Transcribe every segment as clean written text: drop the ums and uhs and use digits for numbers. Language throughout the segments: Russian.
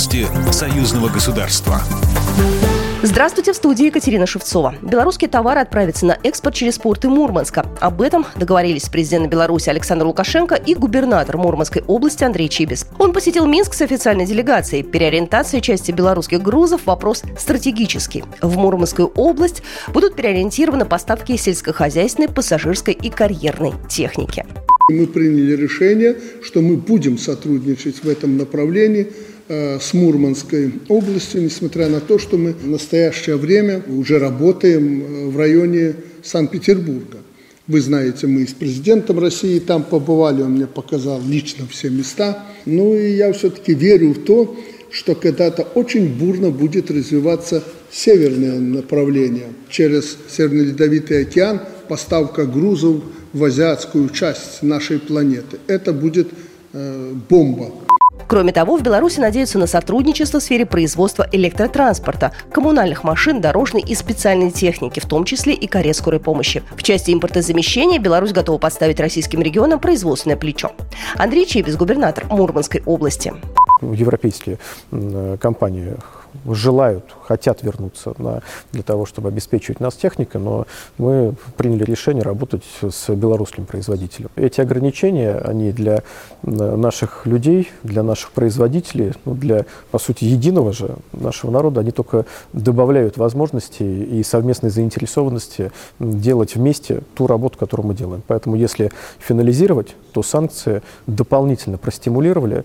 Новости союзного государства. Здравствуйте, в студии Екатерина Шевцова. Белорусские товары отправятся на экспорт через порты Мурманска. Об этом договорились с президентом Беларуси Александром Лукашенко и губернатор Мурманской области Андрей Чибис. Он посетил Минск с официальной делегацией. Переориентация части белорусских грузов – вопрос стратегический. В Мурманскую область будут переориентированы поставки сельскохозяйственной, пассажирской и карьерной техники. Мы приняли решение, что мы будем сотрудничать в этом направлении с Мурманской областью, несмотря на то, что мы в настоящее время уже работаем в районе Санкт-Петербурга. Вы знаете, мы с президентом России там побывали, он мне показал лично все места. Ну и я все-таки верю в то, что когда-то очень бурно будет развиваться северное направление. Через Северный Ледовитый океан поставка грузов в азиатскую часть нашей планеты. Это будет бомба. Кроме того, в Беларуси надеются на сотрудничество в сфере производства электротранспорта, коммунальных машин, дорожной и специальной техники, в том числе и карет скорой помощи. В части импортозамещения Беларусь готова подставить российским регионам производственное плечо. Андрей Чибис, губернатор Мурманской области. Европейские компании хотят вернуться для того, чтобы обеспечивать нас техникой, но мы приняли решение работать с белорусским производителем. Эти ограничения, они для наших людей, для наших производителей, для, по сути, единого же нашего народа, они только добавляют возможности и совместной заинтересованности делать вместе ту работу, которую мы делаем. Поэтому, если финализировать, то санкции дополнительно простимулировали,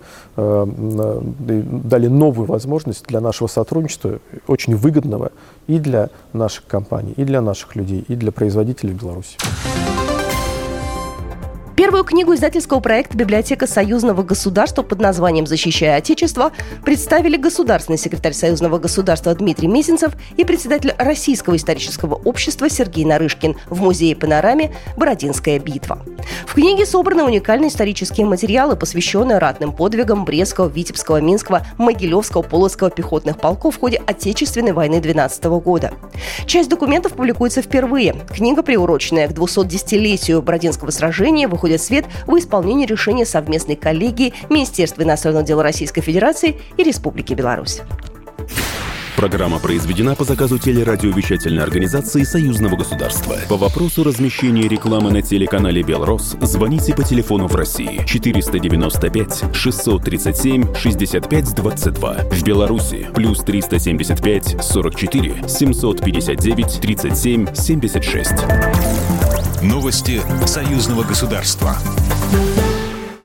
дали новую возможность для нашего сотрудничества, очень выгодного и для наших компаний, и для наших людей, и для производителей в Беларуси. Первую книгу издательского проекта «Библиотека союзного государства» под названием «Защищая Отечество» представили государственный секретарь союзного государства Дмитрий Мезенцев и председатель Российского исторического общества Сергей Нарышкин в музее-панораме «Бородинская битва». В книге собраны уникальные исторические материалы, посвященные ратным подвигам Брестского, Витебского, Минского, Могилевского, Полоцкого пехотных полков в ходе Отечественной войны 12 года. Часть документов публикуется впервые. Книга, приуроченная к 210-летию Бородинского сражения, выходит в свет в исполнении решения совместной коллегии Министерства иностранных дел Российской Федерации и Республики Беларусь. Программа произведена по заказу телерадиовещательной организации Союзного государства. По вопросу размещения рекламы на телеканале «Белрос» звоните по телефону в России 495 637 65 22. В Беларуси плюс 375 44 759 37 76. Новости союзного государства.